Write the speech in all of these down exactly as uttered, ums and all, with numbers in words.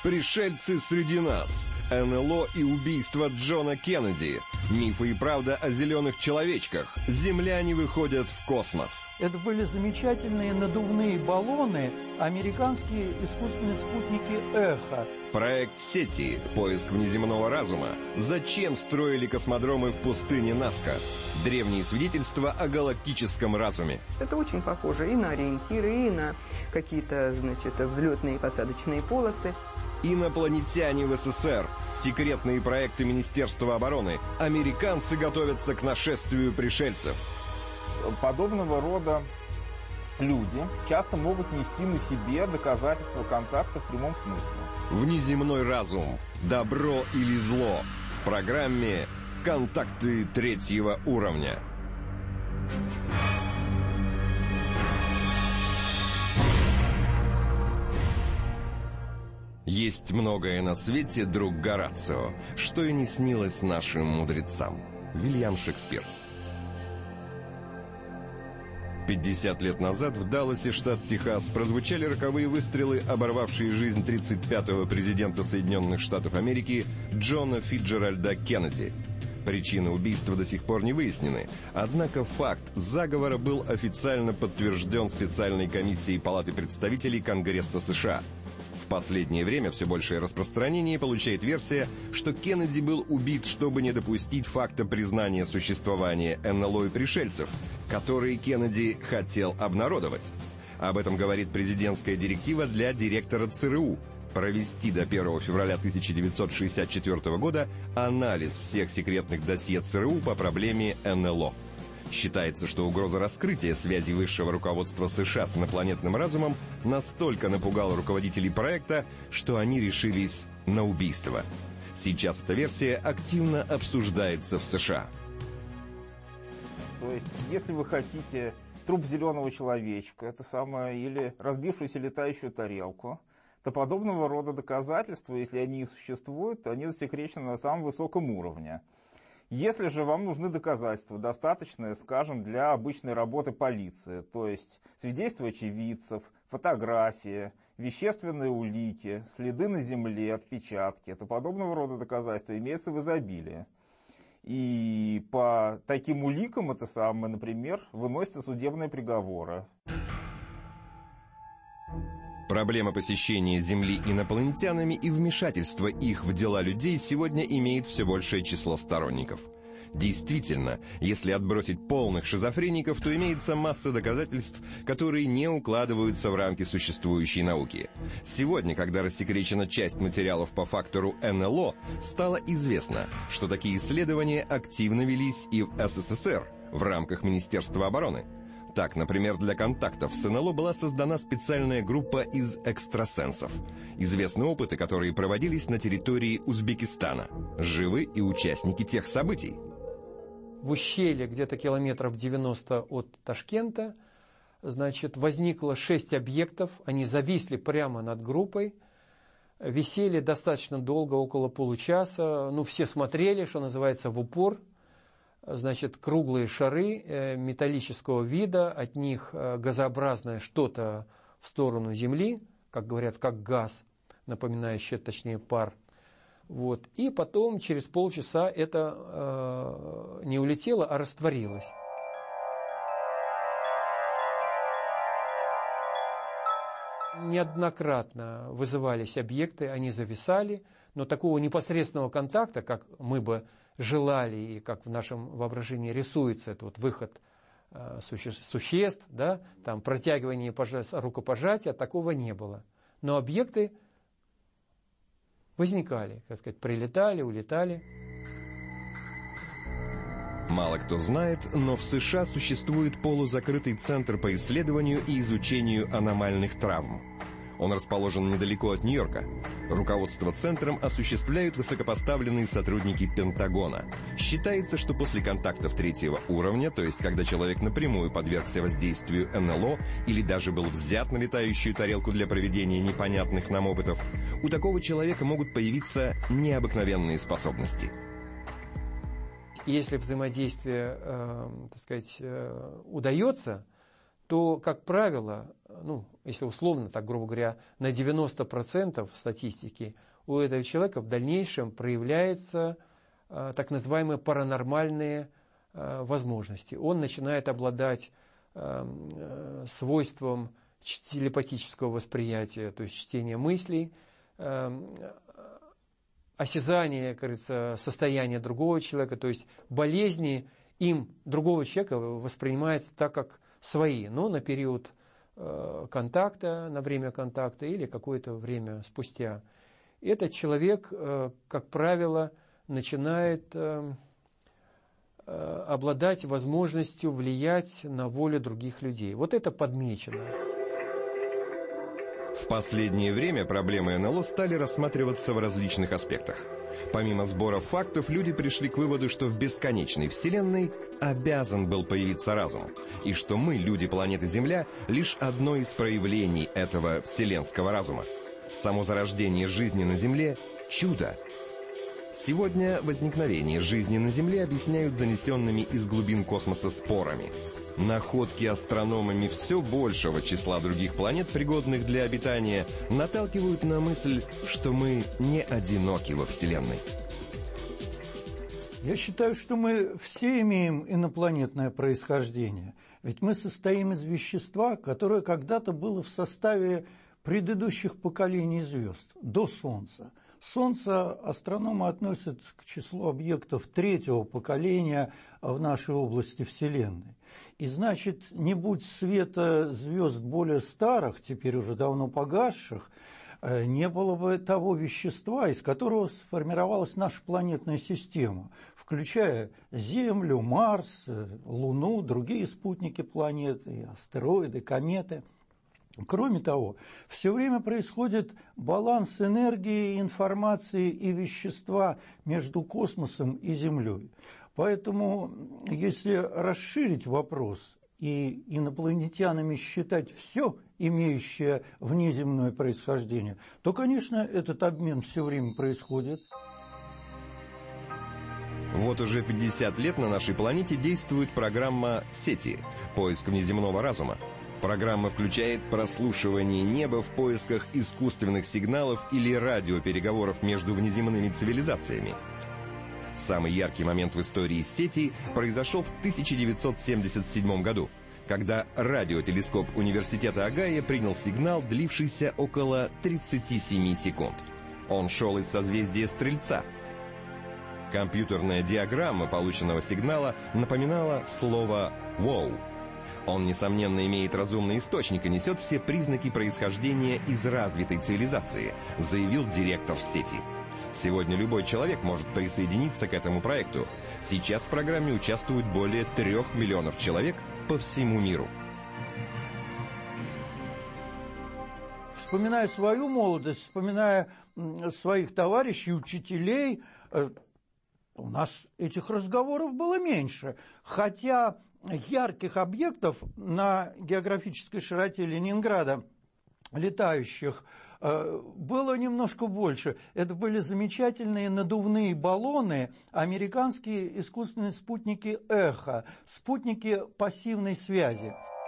Пришельцы среди нас. эн эл о и убийство Джона Кеннеди. Мифы и правда о зеленых человечках. Земляне выходят в космос. Это были замечательные надувные баллоны, американские искусственные спутники «Эхо». Проект «Сети. Поиск внеземного разума». Зачем строили космодромы в пустыне Наска? Древние свидетельства о галактическом разуме. Это очень похоже и на ориентиры, и на какие-то, значит, взлетные и посадочные полосы. Инопланетяне в эс эс эр. Секретные проекты Министерства обороны. Американцы готовятся к нашествию пришельцев. Подобного рода люди часто могут нести на себе доказательства контакта в прямом смысле. Внеземной разум. Добро или зло. В программе «Контакты третьего уровня». Есть многое на свете, друг Горацио, что и не снилось нашим мудрецам. Вильям Шекспир. пятьдесят лет назад в Далласе, штат Техас, прозвучали роковые выстрелы, оборвавшие жизнь тридцать пятого президента Соединенных Штатов Америки Джона Фитджеральда Кеннеди. Причины убийства до сих пор не выяснены, однако факт заговора был официально подтвержден специальной комиссией Палаты представителей Конгресса США. В последнее время все большее распространение получает версия, что Кеннеди был убит, чтобы не допустить факта признания существования эн эл о и пришельцев, которые Кеннеди хотел обнародовать. Об этом говорит президентская директива для директора цэ эр у провести до первого февраля тысяча девятьсот шестьдесят четвёртого года анализ всех секретных досье цэ эр у по проблеме эн эл о. Считается, что угроза раскрытия связи высшего руководства США с инопланетным разумом настолько напугала руководителей проекта, что они решились на убийство. Сейчас эта версия активно обсуждается в США. То есть, если вы хотите труп зеленого человечка, это самое, или разбившуюся летающую тарелку, то подобного рода доказательства, если они и существуют, они засекречены на самом высоком уровне. Если же вам нужны доказательства, достаточные, скажем, для обычной работы полиции, то есть свидетельства очевидцев, фотографии, вещественные улики, следы на земле, отпечатки, то подобного рода доказательства имеются в изобилии. И по таким уликам, это самое, например, выносятся судебные приговоры. Проблема посещения Земли инопланетянами и вмешательства их в дела людей сегодня имеет все большее число сторонников. Действительно, если отбросить полных шизофреников, то имеется масса доказательств, которые не укладываются в рамки существующей науки. Сегодня, когда рассекречена часть материалов по фактору эн эл о, стало известно, что такие исследования активно велись и в эс эс эс эр в рамках Министерства обороны. Так, например, для контактов с эн эл о была создана специальная группа из экстрасенсов. Известны опыты, которые проводились на территории Узбекистана. Живы и участники тех событий. В ущелье, где-то километров девяносто от Ташкента, значит, возникло шесть объектов. Они зависли прямо над группой. Висели достаточно долго, около получаса. Ну, все смотрели, что называется, в упор. Значит, круглые шары э, металлического вида, от них э, газообразное что-то в сторону Земли, как говорят, как газ, напоминающий, точнее, пар. Вот. И потом, через полчаса, это э, не улетело, а растворилось. Неоднократно вызывались объекты, они зависали, но такого непосредственного контакта, как мы бы желали и как в нашем воображении рисуется этот вот выход э, суще, существ, да, там протягивание пожа- рукопожатия, такого не было. Но объекты возникали, так сказать, прилетали, улетали. Мало кто знает, но в США существует полузакрытый центр по исследованию и изучению аномальных травм. Он расположен недалеко от Нью-Йорка. Руководство центром осуществляют высокопоставленные сотрудники Пентагона. Считается, что после контактов третьего уровня, то есть когда человек напрямую подвергся воздействию эн эл о или даже был взят на летающую тарелку для проведения непонятных нам опытов, у такого человека могут появиться необыкновенные способности. Если взаимодействие, э, так сказать, э, удается, то, как правило, ну, если условно, так грубо говоря, на девяносто процентов статистики у этого человека в дальнейшем проявляются э, так называемые паранормальные э, возможности. Он начинает обладать э, э, свойством телепатического восприятия, то есть чтения мыслей, э, осязание, как говорится, состояния другого человека, то есть болезни им другого человека воспринимаются так, как свои, но на период э, контакта, на время контакта или какое-то время спустя. Этот человек, э, как правило, начинает э, э, обладать возможностью влиять на волю других людей. Вот это подмечено. В последнее время проблемы эн эл о стали рассматриваться в различных аспектах. Помимо сбора фактов, люди пришли к выводу, что в бесконечной Вселенной обязан был появиться разум, и что мы, люди планеты Земля, лишь одно из проявлений этого вселенского разума. Само зарождение жизни на Земле – чудо. Сегодня возникновение жизни на Земле объясняют занесенными из глубин космоса спорами. Находки астрономами все большего числа других планет, пригодных для обитания, наталкивают на мысль, что мы не одиноки во Вселенной. Я считаю, что мы все имеем инопланетное происхождение. Ведь мы состоим из вещества, которое когда-то было в составе предыдущих поколений звезд, до Солнца. Солнце астрономы относят к числу объектов третьего поколения в нашей области Вселенной. И значит, не будь света звезд более старых, теперь уже давно погасших, не было бы того вещества, из которого сформировалась наша планетная система, включая Землю, Марс, Луну, другие спутники планеты, астероиды, кометы. Кроме того, все время происходит баланс энергии, информации и вещества между космосом и Землей. Поэтому, если расширить вопрос и инопланетянами считать все, имеющее внеземное происхождение, то, конечно, этот обмен все время происходит. Вот уже пятьдесят лет на нашей планете действует программа «Сети» – поиск внеземного разума. Программа включает прослушивание неба в поисках искусственных сигналов или радиопереговоров между внеземными цивилизациями. Самый яркий момент в истории сети произошел в тысяча девятьсот семьдесят седьмом году, когда радиотелескоп Университета Огайо принял сигнал, длившийся около тридцати семи секунд. Он шел из созвездия Стрельца. Компьютерная диаграмма полученного сигнала напоминала слово «Воу». Он, несомненно, имеет разумный источник и несет все признаки происхождения из развитой цивилизации, заявил директор сети. Сегодня любой человек может присоединиться к этому проекту. Сейчас в программе участвуют более трех миллионов человек по всему миру. Вспоминая свою молодость, вспоминая своих товарищей, учителей, у нас этих разговоров было меньше. Хотя ярких объектов на географической широте Ленинграда, летающих, было немножко больше. Это были замечательные надувные баллоны, американские искусственные спутники «Эхо», спутники пассивной связи.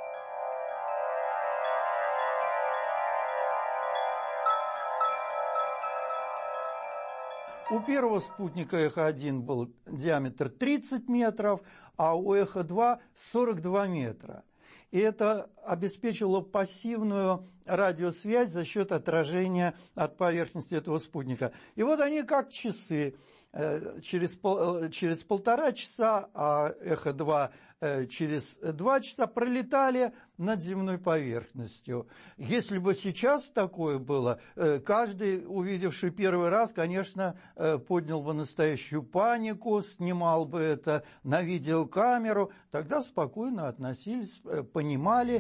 У первого спутника «Эхо один» был диаметр тридцать метров, а у «Эхо два» сорок два метра. И это обеспечивало пассивную радиосвязь за счет отражения от поверхности этого спутника. И вот они как часы. Через, пол, через полтора часа, а «Эхо два» через два часа пролетали над земной поверхностью. Если бы сейчас такое было, каждый, увидевший первый раз, конечно, поднял бы настоящую панику, снимал бы это на видеокамеру, тогда спокойно относились, понимали.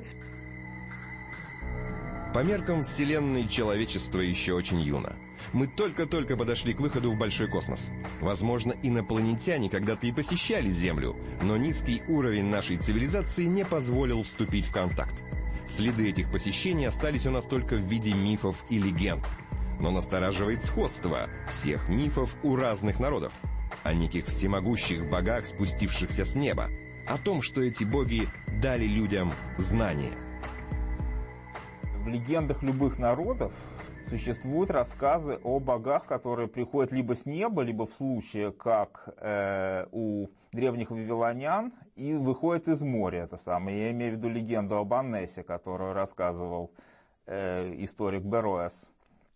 По меркам Вселенной человечество еще очень юно. Мы только-только подошли к выходу в большой космос. Возможно, инопланетяне когда-то и посещали Землю, но низкий уровень нашей цивилизации не позволил вступить в контакт. Следы этих посещений остались у нас только в виде мифов и легенд. Но настораживает сходство всех мифов у разных народов. О неких всемогущих богах, спустившихся с неба. О том, что эти боги дали людям знания. В легендах любых народов существуют рассказы о богах, которые приходят либо с неба, либо в случае, как э, у древних вавилонян, и выходят из моря. Это самое. Я имею в виду легенду об Аннесе, которую рассказывал э, историк Бероэс.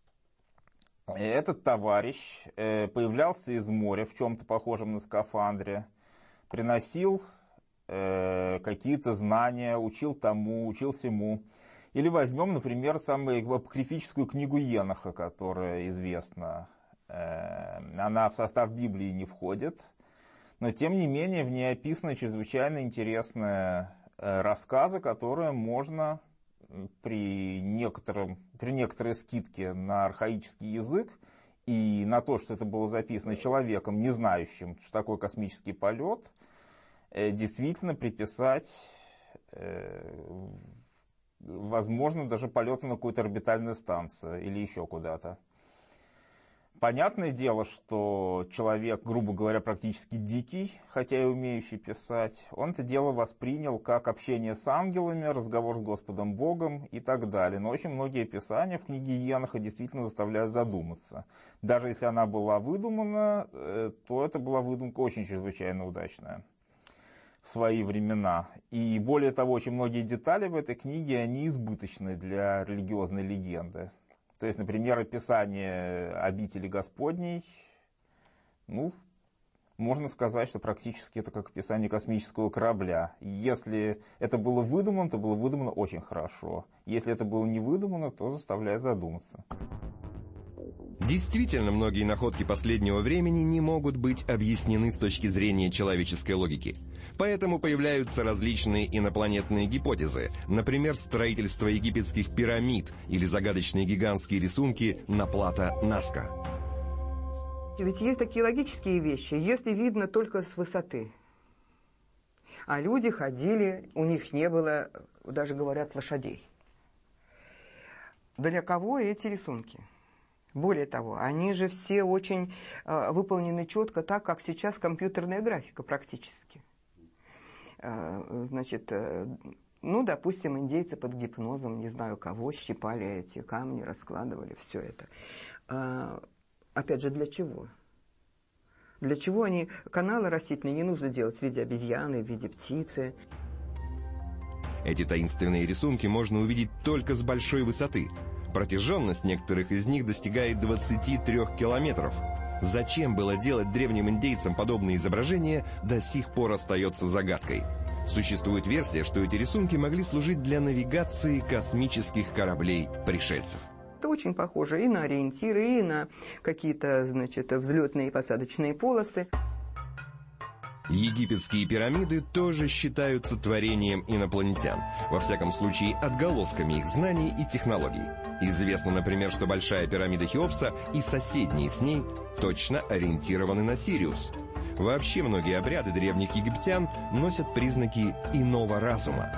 Этот товарищ э, появлялся из моря в чем-то похожем на скафандре, приносил э, какие-то знания, учил тому, учил сему. Или возьмем, например, самую апокрифическую книгу Еноха, которая известна. Она в состав Библии не входит, но тем не менее в ней описаны чрезвычайно интересные рассказы, которые можно при, некотором, при некоторой скидке на архаический язык и на то, что это было записано человеком, не знающим, что такое космический полет, действительно приписать, возможно, даже полеты на какую-то орбитальную станцию или еще куда-то. Понятное дело, что человек, грубо говоря, практически дикий, хотя и умеющий писать, он это дело воспринял как общение с ангелами, разговор с Господом Богом и так далее. Но очень многие описания в книге Еноха действительно заставляют задуматься. Даже если она была выдумана, то это была выдумка очень чрезвычайно удачная в свои времена. И более того, очень многие детали в этой книге, они избыточны для религиозной легенды. То есть, например, описание обители Господней, ну, можно сказать, что практически это как описание космического корабля. Если это было выдумано, то было выдумано очень хорошо. Если это было не выдумано, то заставляет задуматься. Действительно, многие находки последнего времени не могут быть объяснены с точки зрения человеческой логики. Поэтому появляются различные инопланетные гипотезы, например, строительство египетских пирамид или загадочные гигантские рисунки на плато Наска. Ведь есть такие логические вещи, если видно только с высоты. А люди ходили, у них не было, даже говорят, лошадей. Для кого эти рисунки? Более того, они же все очень э, выполнены четко, так как сейчас компьютерная графика практически. Э, значит, э, ну, допустим, индейцы под гипнозом, не знаю кого, щипали эти камни, раскладывали все это. Э, опять же, для чего? Для чего они каналы растительные не нужно делать в виде обезьяны, в виде птицы? Эти таинственные рисунки можно увидеть только с большой высоты. Протяженность некоторых из них достигает двадцати трёх километров. Зачем было делать древним индейцам подобные изображения, до сих пор остается загадкой. Существует версия, что эти рисунки могли служить для навигации космических кораблей пришельцев. Это очень похоже и на ориентиры, и на какие-то, значит, взлетные и посадочные полосы. Египетские пирамиды тоже считаются творением инопланетян, во всяком случае отголосками их знаний и технологий. Известно, например, что Большая пирамида Хеопса и соседние с ней точно ориентированы на Сириус. Вообще многие обряды древних египтян носят признаки иного разума.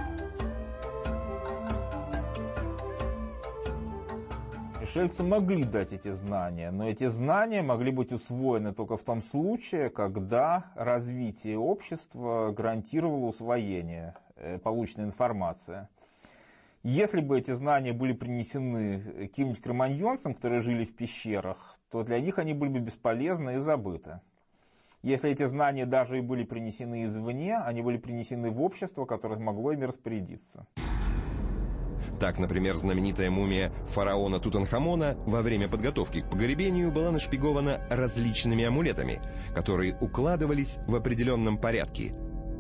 Пришельцы могли дать эти знания, но эти знания могли быть усвоены только в том случае, когда развитие общества гарантировало усвоение полученной информации. Если бы эти знания были принесены каким-нибудь кроманьонцам, которые жили в пещерах, то для них они были бы бесполезны и забыты. Если эти знания даже и были принесены извне, они были принесены в общество, которое могло ими распорядиться. Так, например, знаменитая мумия фараона Тутанхамона во время подготовки к погребению была нашпигована различными амулетами, которые укладывались в определенном порядке.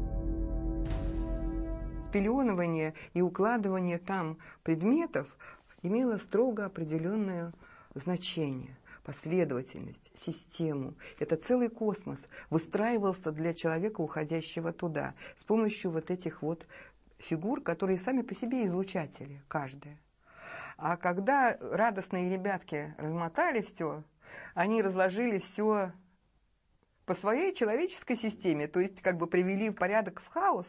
Спеленывание и укладывание там предметов имело строго определенное значение, последовательность, систему. Это целый космос выстраивался для человека, уходящего туда, с помощью вот этих вот фигур, которые сами по себе излучатели, каждая. А когда радостные ребятки размотали все, они разложили все по своей человеческой системе, то есть как бы привели в порядок, в хаос.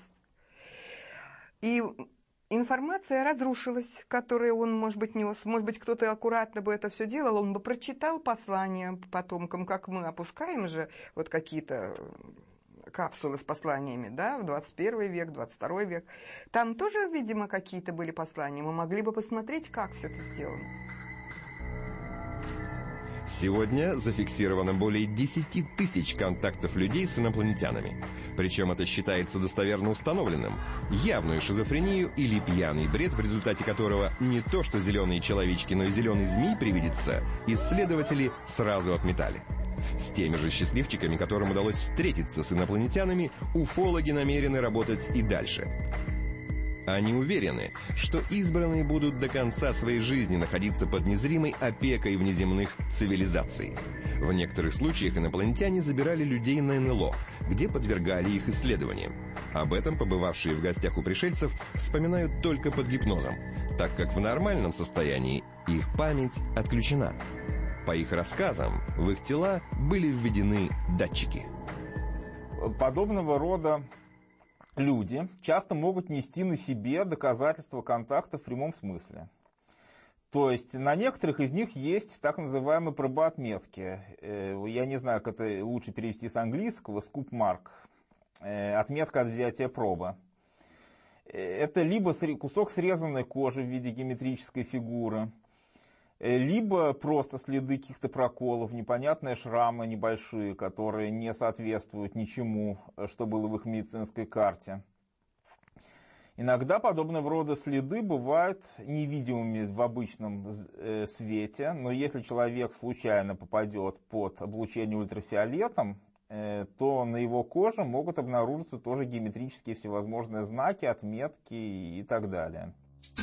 И информация разрушилась, которую он, может быть, нес. Может быть, кто-то аккуратно бы это все делал, он бы прочитал послание потомкам, как мы опускаем же вот какие-то капсулы с посланиями, да, в двадцать первый век, двадцать второй век. Там тоже, видимо, какие-то были послания. Мы могли бы посмотреть, как все это сделано. Сегодня зафиксировано более десять тысяч контактов людей с инопланетянами. Причем это считается достоверно установленным. Явную шизофрению или пьяный бред, в результате которого не то что зеленые человечки, но и зеленый змей привидится, исследователи сразу отметали. С теми же счастливчиками, которым удалось встретиться с инопланетянами, уфологи намерены работать и дальше. Они уверены, что избранные будут до конца своей жизни находиться под незримой опекой внеземных цивилизаций. В некоторых случаях инопланетяне забирали людей на эн эл о, где подвергали их исследованиям. Об этом побывавшие в гостях у пришельцев вспоминают только под гипнозом, так как в нормальном состоянии их память отключена. По их рассказам, в их тела были введены датчики. Подобного рода люди часто могут нести на себе доказательства контакта в прямом смысле. То есть на некоторых из них есть так называемые пробоотметки. Я не знаю, как это лучше перевести с английского, scoop mark, отметка от взятия пробы. Это либо кусок срезанной кожи в виде геометрической фигуры, либо просто следы каких-то проколов, непонятные шрамы небольшие, которые не соответствуют ничему, что было в их медицинской карте. Иногда подобного рода следы бывают невидимыми в обычном свете, но если человек случайно попадет под облучение ультрафиолетом, то на его коже могут обнаружиться тоже геометрические всевозможные знаки, отметки и так далее.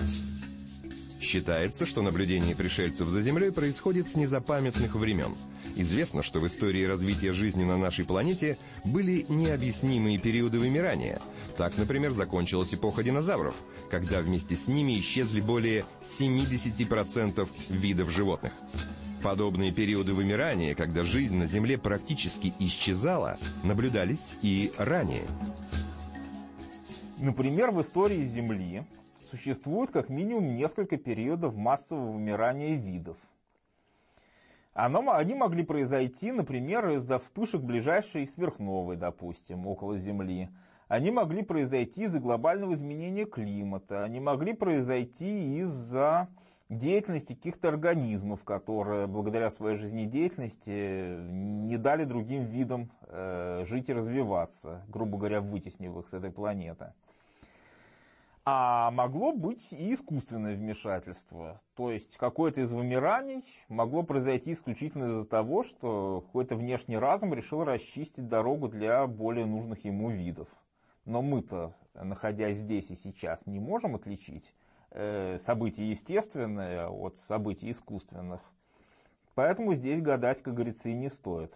Считается, что наблюдение пришельцев за Землей происходит с незапамятных времен. Известно, что в истории развития жизни на нашей планете были необъяснимые периоды вымирания. Так, например, закончилась эпоха динозавров, когда вместе с ними исчезли более семьдесят процентов видов животных. Подобные периоды вымирания, когда жизнь на Земле практически исчезала, наблюдались и ранее. Например, в истории Земли существует как минимум несколько периодов массового вымирания видов. Оно, они могли произойти, например, из-за вспышек ближайшей сверхновой, допустим, около Земли. Они могли произойти из-за глобального изменения климата. Они могли произойти из-за деятельности каких-то организмов, которые благодаря своей жизнедеятельности не дали другим видам э, жить и развиваться, грубо говоря, вытеснив их с этой планеты. А могло быть и искусственное вмешательство. То есть какое-то из вымираний могло произойти исключительно из-за того, что какой-то внешний разум решил расчистить дорогу для более нужных ему видов. Но мы-то, находясь здесь и сейчас, не можем отличить э, события естественные от событий искусственных. Поэтому здесь гадать, как говорится, и не стоит.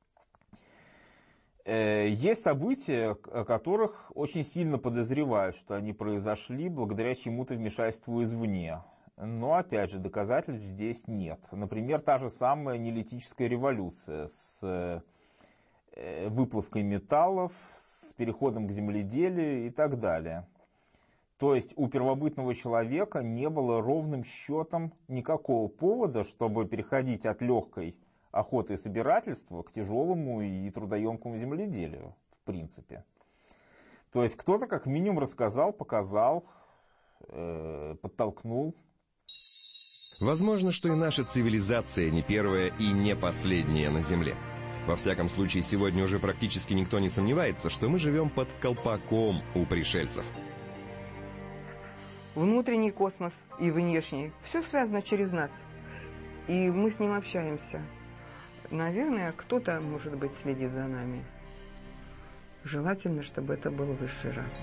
Есть события, о которых очень сильно подозревают, что они произошли благодаря чему-то вмешательству извне. Но, опять же, доказательств здесь нет. Например, та же самая неолитическая революция с выплавкой металлов, с переходом к земледелию и так далее. То есть у первобытного человека не было ровным счетом никакого повода, чтобы переходить от легкой охоты и собирательства к тяжелому и трудоемкому земледелию, в принципе. То есть кто-то как минимум рассказал, показал, э, подтолкнул. Возможно, что и наша цивилизация не первая и не последняя на Земле. Во всяком случае, сегодня уже практически никто не сомневается, что мы живем под колпаком у пришельцев. Внутренний космос и внешний. Все связано через нас. И мы с ним общаемся. Наверное, кто-то, может быть, следит за нами. Желательно, чтобы это был высший разум.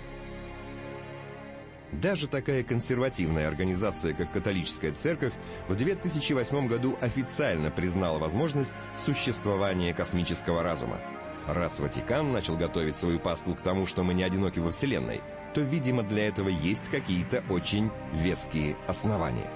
Даже такая консервативная организация, как католическая церковь, в две тысячи восьмом году официально признала возможность существования космического разума. Раз Ватикан начал готовить свою паству к тому, что мы не одиноки во Вселенной, то, видимо, для этого есть какие-то очень веские основания.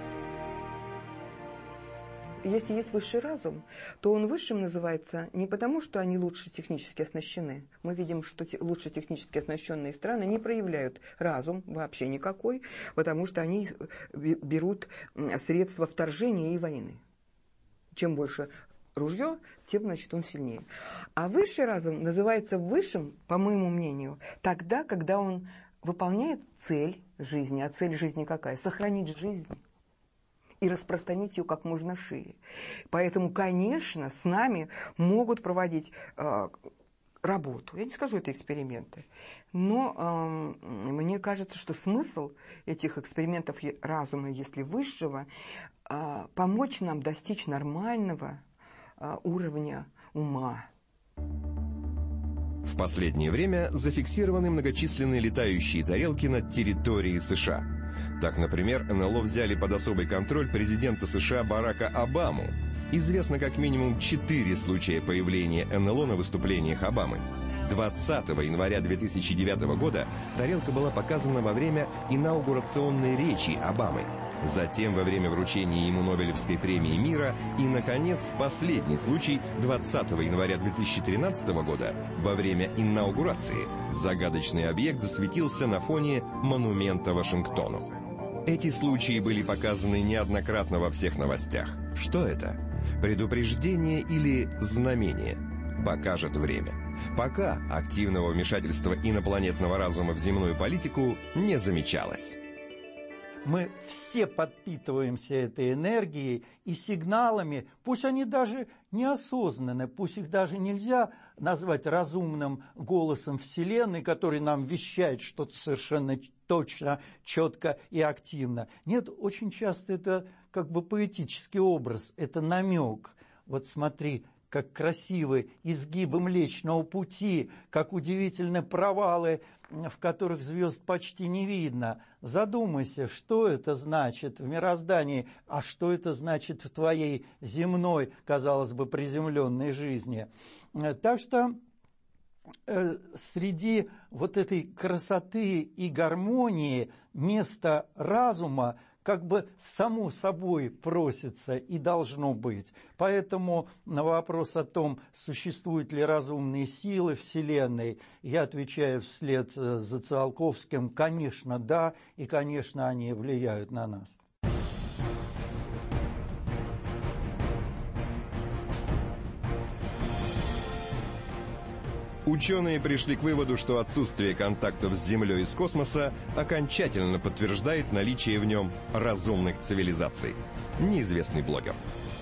Если есть высший разум, то он высшим называется не потому, что они лучше технически оснащены. Мы видим, что те, лучше технически оснащенные страны не проявляют разум вообще никакой, потому что они берут средства вторжения и войны. Чем больше ружье, тем, значит, он сильнее. А высший разум называется высшим, по моему мнению, тогда, когда он выполняет цель жизни. А цель жизни какая? Сохранить жизнь и распространить ее как можно шире. Поэтому, конечно, с нами могут проводить э, работу. Я не скажу, это эксперименты. Но э, мне кажется, что смысл этих экспериментов разума, если высшего, э, помочь нам достичь нормального э, уровня ума. В последнее время зафиксированы многочисленные летающие тарелки над территорией США. Так, например, эн эл о взяли под особый контроль президента США Барака Обаму. Известно как минимум четыре случая появления эн эл о на выступлениях Обамы. двадцатого января две тысячи девятого года тарелка была показана во время инаугурационной речи Обамы. Затем во время вручения ему Нобелевской премии мира и, наконец, последний случай двадцатого января две тысячи тринадцатого года во время инаугурации. Загадочный объект засветился на фоне монумента Вашингтону. Эти случаи были показаны неоднократно во всех новостях. Что это? Предупреждение или знамение? Покажет время. Пока активного вмешательства инопланетного разума в земную политику не замечалось. Мы все подпитываемся этой энергией и сигналами, пусть они даже неосознанны, пусть их даже нельзя назвать разумным голосом Вселенной, который нам вещает что-то совершенно точно, четко и активно. Нет, очень часто это как бы поэтический образ, это намек. Вот смотри, как красивы изгибы Млечного Пути, как удивительны провалы, в которых звезд почти не видно. Задумайся, что это значит в мироздании, а что это значит в твоей земной, казалось бы, приземленной жизни. Так что э, среди вот этой красоты и гармонии место разума как бы само собой просится и должно быть. Поэтому на вопрос о том, существуют ли разумные силы Вселенной, я отвечаю вслед за Циолковским: конечно, да, и, конечно, они влияют на нас. Ученые пришли к выводу, что отсутствие контактов с Землей из космоса окончательно подтверждает наличие в нем разумных цивилизаций. Неизвестный блогер.